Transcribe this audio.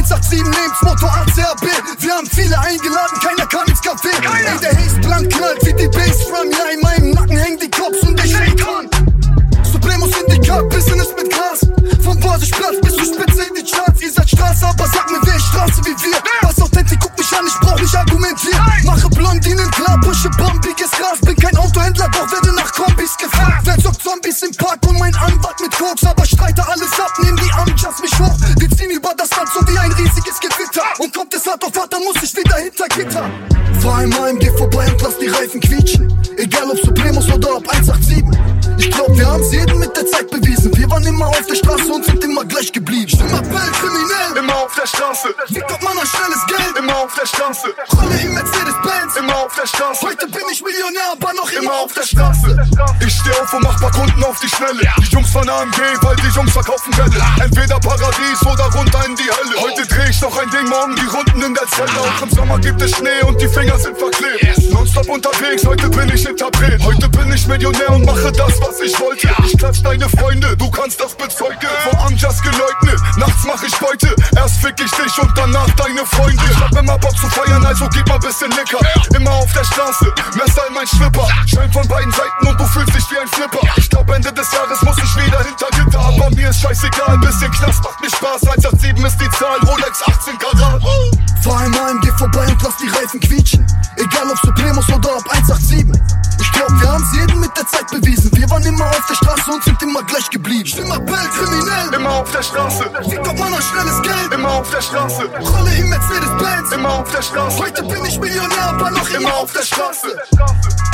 187 Lebensmotto ACAB. Wir haben viele eingeladen, keiner kam ins Café. Ey, der Haze blank knallt wie die Bassdrum. Ja, in meinem Nacken hängen die Cops und ich fake an. Supremo Syndikat, Business mit Gras. Vom Borsigplatz bis zur Spitze in die Charts. Ihr seid Straße, aber sag mir, wer ist Straße wie wir? Was authentisch, guck mich an, ich brauch nicht argumentieren. Mache Blondinen klar, pushe bombiges Gras. Bin kein Autohändler, doch werde nach Kombis gefragt. Wer zockt Zombies im Park und mein Anwalt mit Koks? Aber streite alles ab, nehm die Amjas mich hoch. Wir ziehen über das Land so wie ein riesiges Gewitter. Und kommt es hart auf hart, dann muss ich wieder hinter Gitter. Fahr einmal im G vorbei und lass die Reifen quietschen. Egal ob Supremos oder ob 187. Ich glaub, wir haben's jedem mit der Zeit bewiesen. Wir waren immer auf der Straße und sind immer gleich geblieben. Stimmappell, kriminell, immer auf der Straße. Wie kommt man an schnelles Geld? Immer auf der Straße. Rolle im Mercedes-Benz, immer auf der Straße. Heute bin ich Millionär, aber noch immer auf der Straße. Ich steh auf und mach paar Kunden auf die Schnelle. Die Jungs von AMG, weil die Jungs verkaufen Welle. Entweder Paradies oder runter in die Hölle. Heute dreh ich noch ein Ding, morgen die Runden in der Zelle. Auch im Sommer gibt es Schnee und die Finger sind verklebt. Nonstop unterwegs, heute bin ich Interpret. Heute bin ich Millionär und mache das, was ich wollte. Ich klatsch deine Freunde, du kannst das bezeugen. Vor Amjas geleugnet, nachts mach ich Beute. Erst fick ich dich und danach deine Freunde. Ich hab immer Bock zu feiern, also gib mal bisschen Licker. Immer auf der Straße, Messer in mein Schlipper. Schein von beiden Seiten und du fühlst dich wie ein Flipper. Ich glaub Ende des Jahres muss ich wieder hinter Gitter. Aber mir ist scheißegal, bisschen Knast macht mir Spaß. 187 ist die Zahl, Rolex 18 Karat. Fahr einmal im G vorbei und lass die Reifen quietschen. Egal ob Supremos oder ob 187. Ich glaub, wir haben's jedem mit der Zeit bewiesen. Wir waren immer auf der Straße und sind immer gleich geblieben. Stimmappell, kriminell, immer auf der Straße. Wie kommt man an schnelles Geld? Immer auf der Straße. Rolle im Mercedes-Benz, immer auf der Straße. Heute bin ich Millionär, aber noch immer auf der Straße.